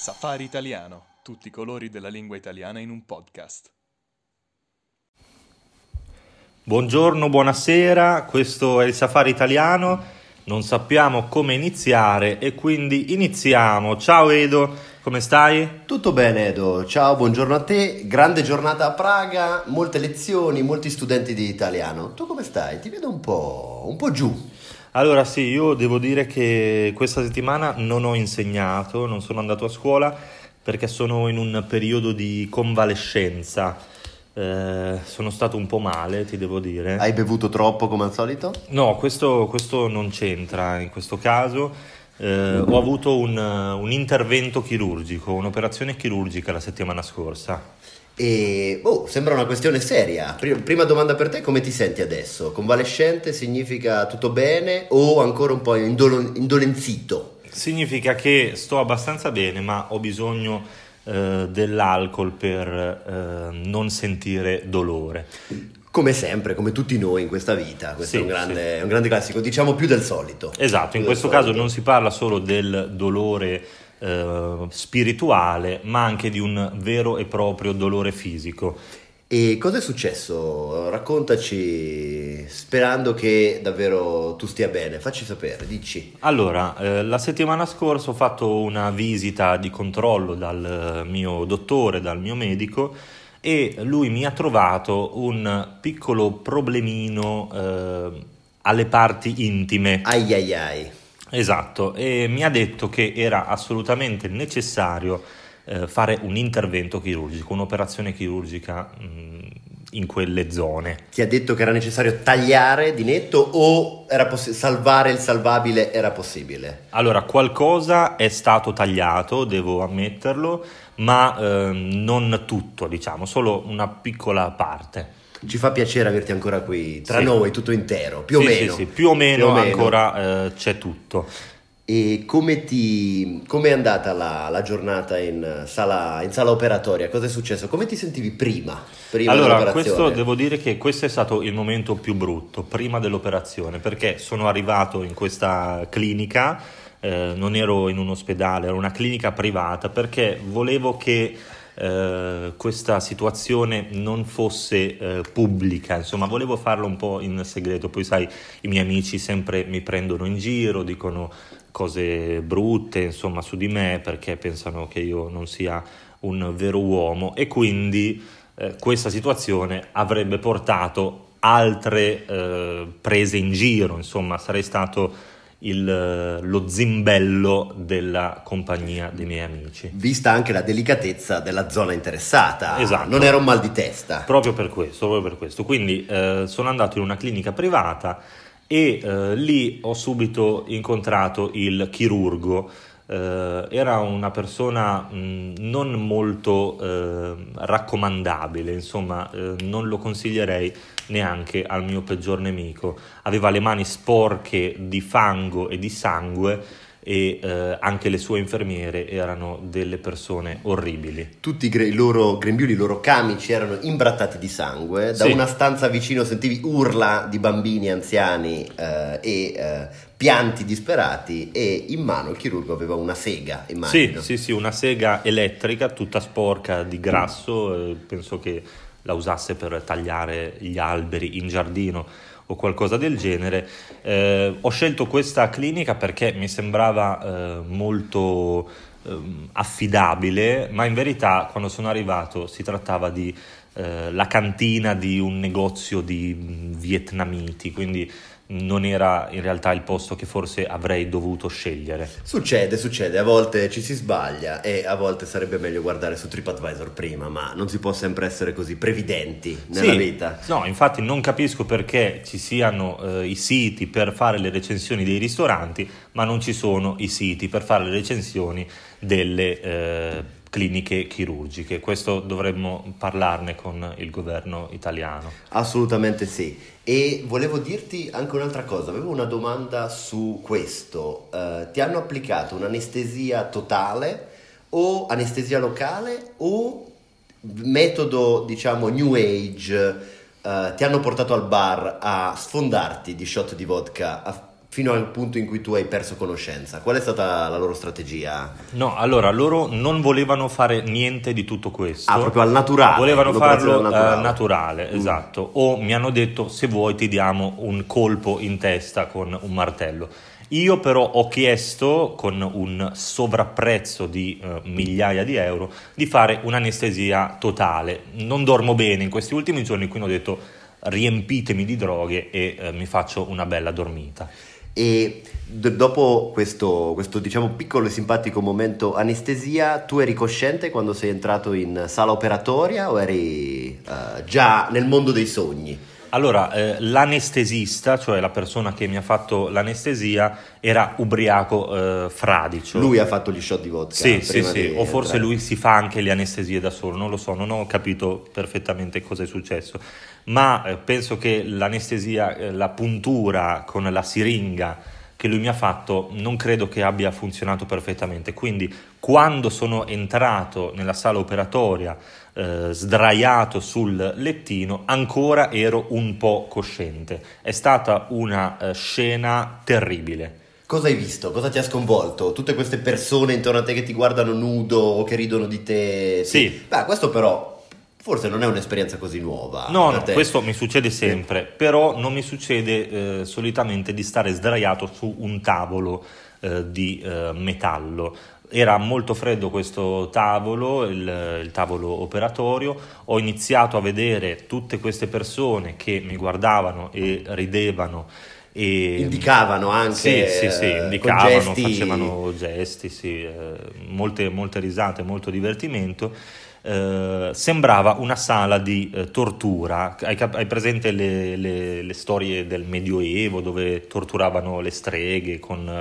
Safari Italiano, tutti i colori della lingua italiana in un podcast. Buongiorno, buonasera, questo è il Safari Italiano, non sappiamo come iniziare e quindi iniziamo. Ciao Edo, come stai? Tutto bene Edo, ciao, buongiorno a te, grande giornata a Praga, molte lezioni, molti studenti di italiano. Tu come stai? Ti vedo un po' giù. Allora sì, io devo dire che questa settimana non ho insegnato, non sono andato a scuola perché sono in un periodo di convalescenza. Sono stato un po' male, ti devo dire. Hai bevuto troppo come al solito? No, questo non c'entra in questo caso. Ho avuto un intervento chirurgico, un'operazione chirurgica la settimana scorsa. E sembra una questione seria. Prima domanda per te, come ti senti adesso? Convalescente significa tutto bene o ancora un po' indolenzito? Significa che sto abbastanza bene, ma ho bisogno dell'alcol per non sentire dolore. Come sempre, come tutti noi in questa vita, questo Sì, è un grande classico, diciamo più del solito. Esatto, in questo caso non si parla solo del dolore spirituale, ma anche di un vero e proprio dolore fisico. E cosa è successo? Raccontaci, sperando che davvero tu stia bene, facci sapere, dici. Allora, la settimana scorsa ho fatto una visita di controllo dal mio dottore, dal mio medico, e lui mi ha trovato un piccolo problemino alle parti intime. Ai ai ai. Esatto, e mi ha detto che era assolutamente necessario fare un intervento chirurgico, un'operazione chirurgica in quelle zone. Ti ha detto che era necessario tagliare di netto o era salvare il salvabile era possibile? Allora, qualcosa è stato tagliato, devo ammetterlo, ma non tutto, diciamo, solo una piccola parte. Ci fa piacere averti ancora qui, tra Sì. noi, tutto intero, più o Sì, meno. sì, più o meno ancora c'è tutto. E come è andata la giornata in sala operatoria? Cosa è successo? Come ti sentivi prima Allora, dell'operazione? devo dire che questo è stato il momento più brutto, prima dell'operazione, perché sono arrivato in questa clinica, non ero in un ospedale, era una clinica privata, perché volevo che questa situazione non fosse pubblica, insomma, volevo farlo un po' in segreto. Poi sai, i miei amici sempre mi prendono in giro, dicono cose brutte, insomma, su di me, perché pensano che io non sia un vero uomo, e quindi questa situazione avrebbe portato altre prese in giro, insomma, sarei stato lo zimbello della compagnia dei miei amici. Vista anche la delicatezza della zona interessata, Esatto. Non era un mal di testa. Proprio per questo. Quindi sono andato in una clinica privata e lì ho subito incontrato il chirurgo. Era una persona non molto raccomandabile, insomma, non lo consiglierei neanche al mio peggior nemico. Aveva le mani sporche di fango e di sangue e anche le sue infermiere erano delle persone orribili. Tutti i loro grembiuli, i loro camici erano imbrattati di sangue. Da Sì. una stanza vicino sentivi urla di bambini anziani e pianti disperati, e in mano il chirurgo aveva una sega, immagino. Sì, una sega elettrica tutta sporca di grasso, penso che la usasse per tagliare gli alberi in giardino o qualcosa del genere. Ho scelto questa clinica perché mi sembrava molto affidabile, ma in verità quando sono arrivato si trattava di la cantina di un negozio di vietnamiti, quindi non era in realtà il posto che forse avrei dovuto scegliere. Succede, a volte ci si sbaglia e a volte sarebbe meglio guardare su TripAdvisor prima, ma non si può sempre essere così previdenti nella vita. No, infatti non capisco perché ci siano i siti per fare le recensioni dei ristoranti, ma non ci sono i siti per fare le recensioni delle cliniche chirurgiche. Questo dovremmo parlarne con il governo italiano. Assolutamente sì. E volevo dirti anche un'altra cosa, avevo una domanda su questo. Ti hanno applicato un'anestesia totale o anestesia locale o metodo, diciamo, New Age? Ti hanno portato al bar a sfondarti di shot di vodka fino al punto in cui tu hai perso conoscenza? Qual è stata la loro strategia? No, allora loro non volevano fare niente di tutto questo. Ah, proprio al naturale. Volevano farlo naturale. naturale, esatto. O mi hanno detto: se vuoi ti diamo un colpo in testa con un martello. Io però ho chiesto, con un sovrapprezzo di migliaia di euro, di fare un'anestesia totale. Non dormo bene in questi ultimi giorni, quindi ho detto: riempitemi di droghe e mi faccio una bella dormita. E dopo questo diciamo piccolo e simpatico momento anestesia, tu eri cosciente quando sei entrato in sala operatoria o eri già nel mondo dei sogni? Allora, l'anestesista, cioè la persona che mi ha fatto l'anestesia, era ubriaco fradicio. Lui ha fatto gli shot di vodka? Sì, prima sì, di o forse entrare. lui si fa anche le anestesie da solo, non lo so, non ho capito perfettamente cosa è successo, ma penso che l'anestesia, la puntura con la siringa che lui mi ha fatto, non credo che abbia funzionato perfettamente. Quindi quando sono entrato nella sala operatoria, sdraiato sul lettino, ancora ero un po' cosciente. È stata una scena terribile. Cosa hai visto? Cosa ti ha sconvolto? Tutte queste persone intorno a te che ti guardano nudo o che ridono di te? Sì. Beh, questo però forse non è un'esperienza così nuova. No, per no, te. questo mi succede sempre, però non mi succede solitamente di stare sdraiato su un tavolo di metallo. Era molto freddo questo tavolo, il tavolo operatorio. Ho iniziato a vedere tutte queste persone che mi guardavano e ridevano. E Indicavano anche sì, con indicavano, gesti. facevano gesti, sì, molte risate, molto divertimento. Sembrava una sala di tortura. Hai presente le storie del Medioevo dove torturavano le streghe con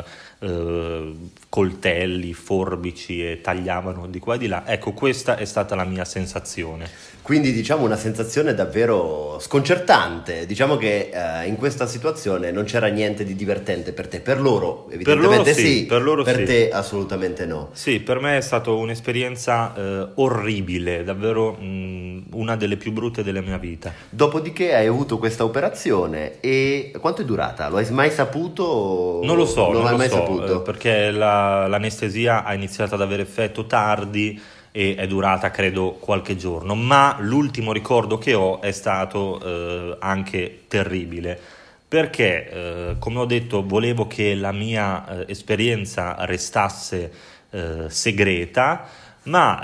coltelli, forbici e tagliavano di qua e di là? Ecco, questa è stata la mia sensazione. Quindi diciamo una sensazione davvero sconcertante. Diciamo che in questa situazione non c'era niente di divertente per te. Per loro evidentemente sì, per loro sì. te assolutamente no. Sì, per me è stata un'esperienza orribile, davvero una delle più brutte della mia vita. Dopodiché hai avuto questa operazione e quanto è durata? Lo hai mai saputo? Non lo so, non l'hai lo mai so, saputo? perché l'anestesia ha iniziato ad avere effetto tardi e è durata credo qualche giorno, ma l'ultimo ricordo che ho è stato anche terribile, perché come ho detto volevo che la mia esperienza restasse segreta, ma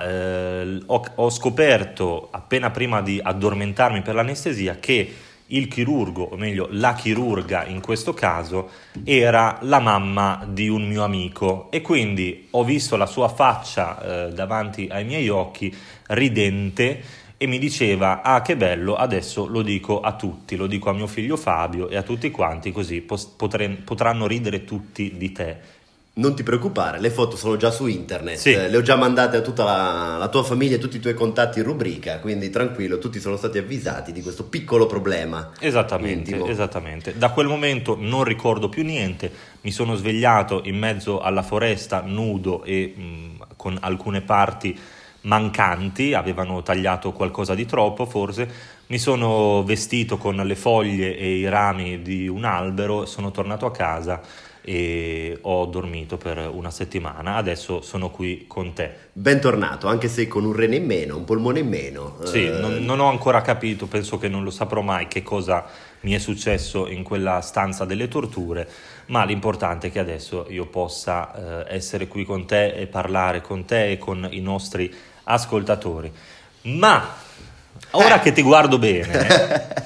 ho scoperto appena prima di addormentarmi per l'anestesia che il chirurgo, o meglio la chirurga in questo caso, era la mamma di un mio amico, e quindi ho visto la sua faccia davanti ai miei occhi ridente, e mi diceva: ah, che bello, adesso lo dico a tutti, lo dico a mio figlio Fabio e a tutti quanti, così potranno ridere tutti di te. Non ti preoccupare, le foto sono già su internet, Sì. Le ho già mandate a tutta la tua famiglia e tutti i tuoi contatti in rubrica, quindi tranquillo, tutti sono stati avvisati di questo piccolo problema. Esattamente, intimo. esattamente. Da quel momento non ricordo più niente, mi sono svegliato in mezzo alla foresta nudo e con alcune parti mancanti, avevano tagliato qualcosa di troppo forse. Mi sono vestito con le foglie e i rami di un albero, sono tornato a casa e ho dormito per una settimana. Adesso sono qui con te. Bentornato, anche se con un rene in meno, un polmone in meno. Sì, non ho ancora capito, penso che non lo saprò mai che cosa mi è successo in quella stanza delle torture, ma l'importante è che adesso io possa essere qui con te e parlare con te e con i nostri ascoltatori. Ma ora che ti guardo bene,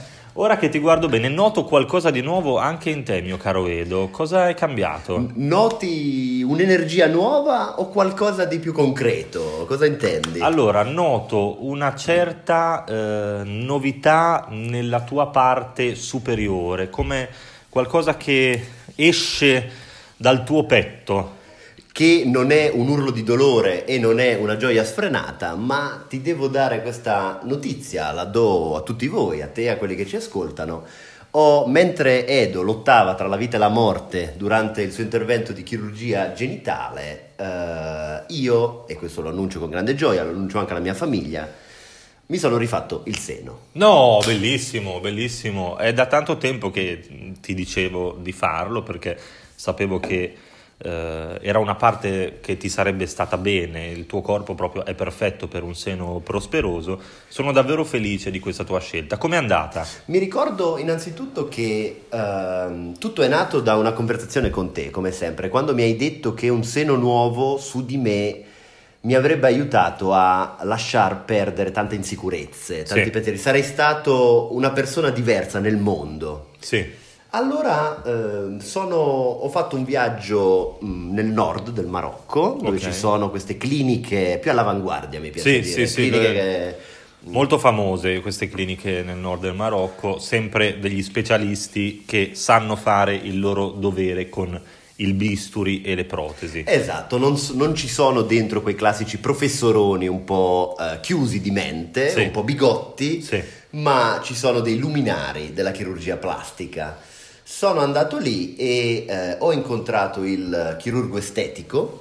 noto qualcosa di nuovo anche in te, mio caro Edo. Cosa è cambiato? Noti un'energia nuova o qualcosa di più concreto? Cosa intendi? Allora, noto una certa novità nella tua parte superiore, come qualcosa che esce dal tuo petto. Che non è un urlo di dolore e non è una gioia sfrenata, ma ti devo dare questa notizia, la do a tutti voi, a te e a quelli che ci ascoltano. Mentre Edo lottava tra la vita e la morte durante il suo intervento di chirurgia genitale, io, e questo lo annuncio con grande gioia, lo annuncio anche alla mia famiglia, mi sono rifatto il seno. No, bellissimo, bellissimo. È da tanto tempo che ti dicevo di farlo perché sapevo che era una parte che ti sarebbe stata bene, il tuo corpo proprio è perfetto per un seno prosperoso. Sono davvero felice di questa tua scelta. Com'è andata? Mi ricordo innanzitutto che tutto è nato da una conversazione con te, come sempre, quando mi hai detto che un seno nuovo su di me mi avrebbe aiutato a lasciar perdere tante insicurezze, tanti pensieri. Sarei stato una persona diversa nel mondo. Sì. Allora ho fatto un viaggio nel nord del Marocco, dove ci sono queste cliniche più all'avanguardia, mi piace dire. Cliniche molto famose queste cliniche nel nord del Marocco, sempre degli specialisti che sanno fare il loro dovere con il bisturi e le protesi. Esatto, non ci sono dentro quei classici professoroni un po' chiusi di mente, un po' bigotti, ma ci sono dei luminari della chirurgia plastica. Sono andato lì e ho incontrato il chirurgo estetico,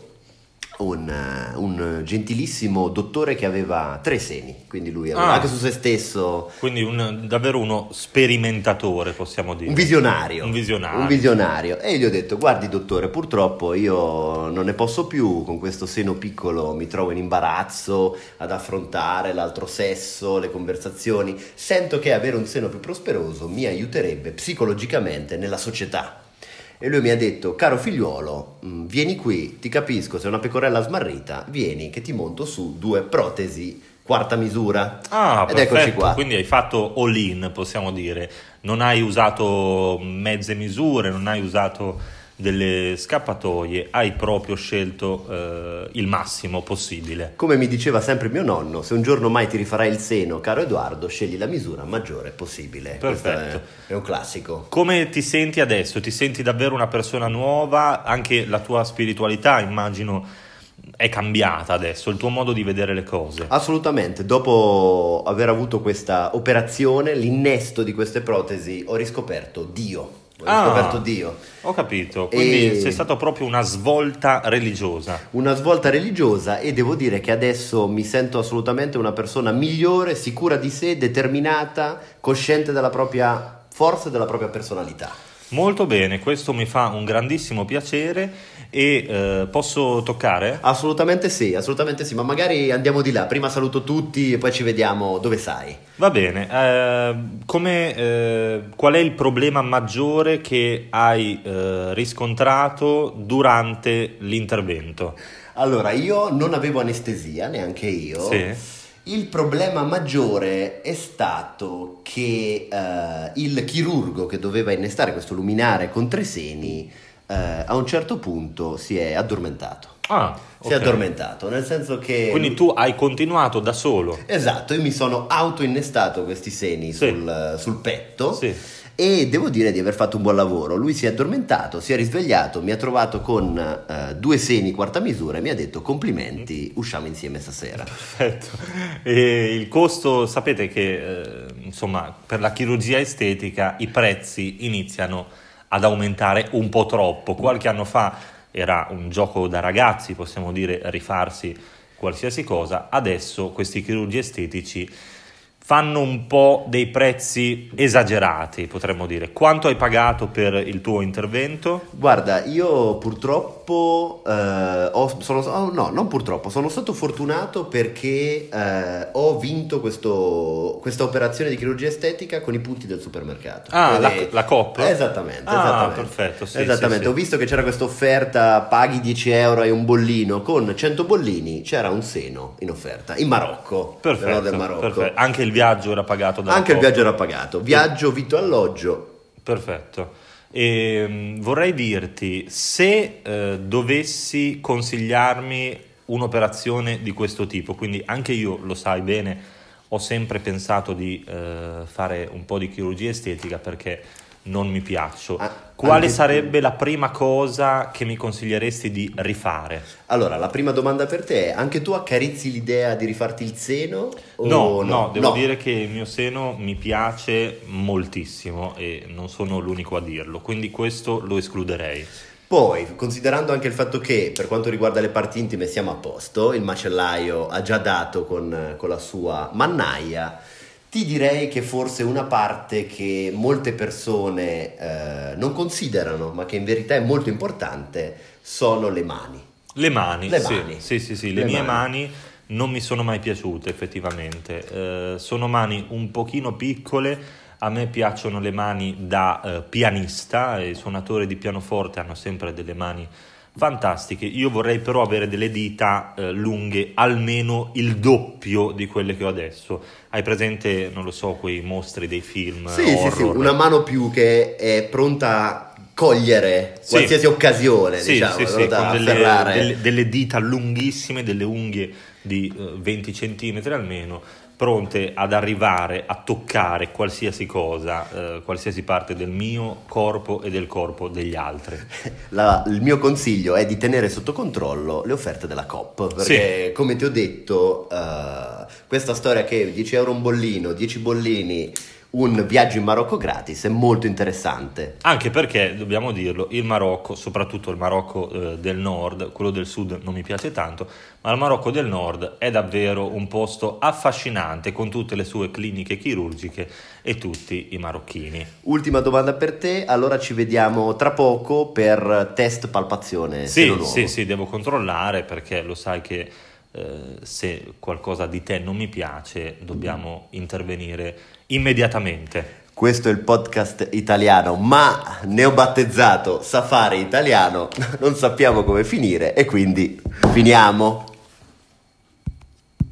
un gentilissimo dottore che aveva 3 seni, quindi lui aveva anche su se stesso. Quindi davvero uno sperimentatore, possiamo dire. Un visionario. Un visionario. E gli ho detto: guardi dottore, purtroppo io non ne posso più, con questo seno piccolo mi trovo in imbarazzo ad affrontare l'altro sesso, le conversazioni. Sento che avere un seno più prosperoso mi aiuterebbe psicologicamente nella società. E lui mi ha detto: caro figliuolo, vieni qui, ti capisco, sei una pecorella smarrita, vieni che ti monto su 2 protesi quarta misura. Ed perfetto. Eccoci qua. Quindi hai fatto all in, possiamo dire. Non hai usato mezze misure, non hai usato delle scappatoie, hai proprio scelto il massimo possibile. Come mi diceva sempre mio nonno, se un giorno mai ti rifarai il seno, caro Edoardo, scegli la misura maggiore possibile. Perfetto. È un classico. Come ti senti adesso? Ti senti davvero una persona nuova? Anche la tua spiritualità, immagino, è cambiata adesso, il tuo modo di vedere le cose. Assolutamente, dopo aver avuto questa operazione, l'innesto di queste protesi, ho riscoperto Dio. Ho capito, quindi c'è stata proprio una svolta religiosa. Una svolta religiosa, e devo dire che adesso mi sento assolutamente una persona migliore, sicura di sé, determinata, cosciente della propria forza e della propria personalità. Molto bene, questo mi fa un grandissimo piacere. E posso toccare? Assolutamente sì, ma magari andiamo di là. Prima saluto tutti e poi ci vediamo dove sai. Va bene. Qual è il problema maggiore che hai riscontrato durante l'intervento? Allora, io non avevo anestesia, neanche io. Sì. Il problema maggiore è stato che il chirurgo che doveva innestare questo luminare con 3 seni a un certo punto si è addormentato. Si è addormentato, nel senso che... Quindi tu hai continuato da solo. Esatto, io mi sono autoinnestato questi seni sul petto. Sì. E devo dire di aver fatto un buon lavoro. Lui si è addormentato, si è risvegliato, mi ha trovato con 2 seni quarta misura e mi ha detto: complimenti, usciamo insieme stasera. Perfetto. E il costo, sapete che insomma, per la chirurgia estetica i prezzi iniziano ad aumentare un po' troppo. Qualche anno fa era un gioco da ragazzi, possiamo dire, rifarsi qualsiasi cosa. Adesso questi chirurgi estetici fanno un po' dei prezzi esagerati, potremmo dire. Quanto hai pagato per il tuo intervento? Guarda, io purtroppo sono stato fortunato perché ho vinto questa operazione di chirurgia estetica con i punti del supermercato. La COP? Esattamente. Perfetto. Esattamente. Ho visto che c'era questa offerta, paghi 10 euro e un bollino. Con 100 bollini c'era un seno in offerta in Marocco. Perfetto, del Marocco. Perfetto. Anche il viaggio era pagato dalla Anche il COP? viaggio era pagato. Viaggio, vitto, alloggio. Perfetto. E vorrei dirti, se dovessi consigliarmi un'operazione di questo tipo, quindi anche io, lo sai bene, ho sempre pensato di fare un po' di chirurgia estetica perché non mi piaccio. Quale sarebbe la prima cosa che mi consiglieresti di rifare? Allora, la prima domanda per te è: anche tu accarezzi l'idea di rifarti il seno? No, devo dire che il mio seno mi piace moltissimo e non sono l'unico a dirlo, quindi questo lo escluderei. Poi, considerando anche il fatto che per quanto riguarda le parti intime siamo a posto, il macellaio ha già dato con la sua mannaia, ti direi che forse una parte che molte persone non considerano, ma che in verità è molto importante, sono le mani. Le mani, Le sì, mani. sì, le mie mani non mi sono mai piaciute effettivamente, sono mani un pochino piccole. A me piacciono le mani da pianista, i suonatori di pianoforte hanno sempre delle mani fantastiche. Io vorrei però avere delle dita lunghe, almeno il doppio di quelle che ho adesso. Hai presente, non lo so, quei mostri dei film horror? Sì, una mano più che è pronta a cogliere qualsiasi occasione, diciamo, con da afferrare. delle dita lunghissime, delle unghie di 20 centimetri almeno, pronte ad arrivare a toccare qualsiasi cosa, qualsiasi parte del mio corpo e del corpo degli altri. Il mio consiglio è di tenere sotto controllo le offerte della Coop, perché come ti ho detto, questa storia che 10 euro un bollino, 10 bollini, un viaggio in Marocco gratis è molto interessante. Anche perché, dobbiamo dirlo, il Marocco, soprattutto il Marocco del nord, quello del sud non mi piace tanto, ma il Marocco del nord è davvero un posto affascinante con tutte le sue cliniche chirurgiche e tutti i marocchini. Ultima domanda per te, allora ci vediamo tra poco per test palpazione. Sì, devo controllare perché lo sai che se qualcosa di te non mi piace dobbiamo intervenire immediatamente. Questo è il podcast italiano, ma ne ho battezzato Safari Italiano, non sappiamo come finire e quindi finiamo.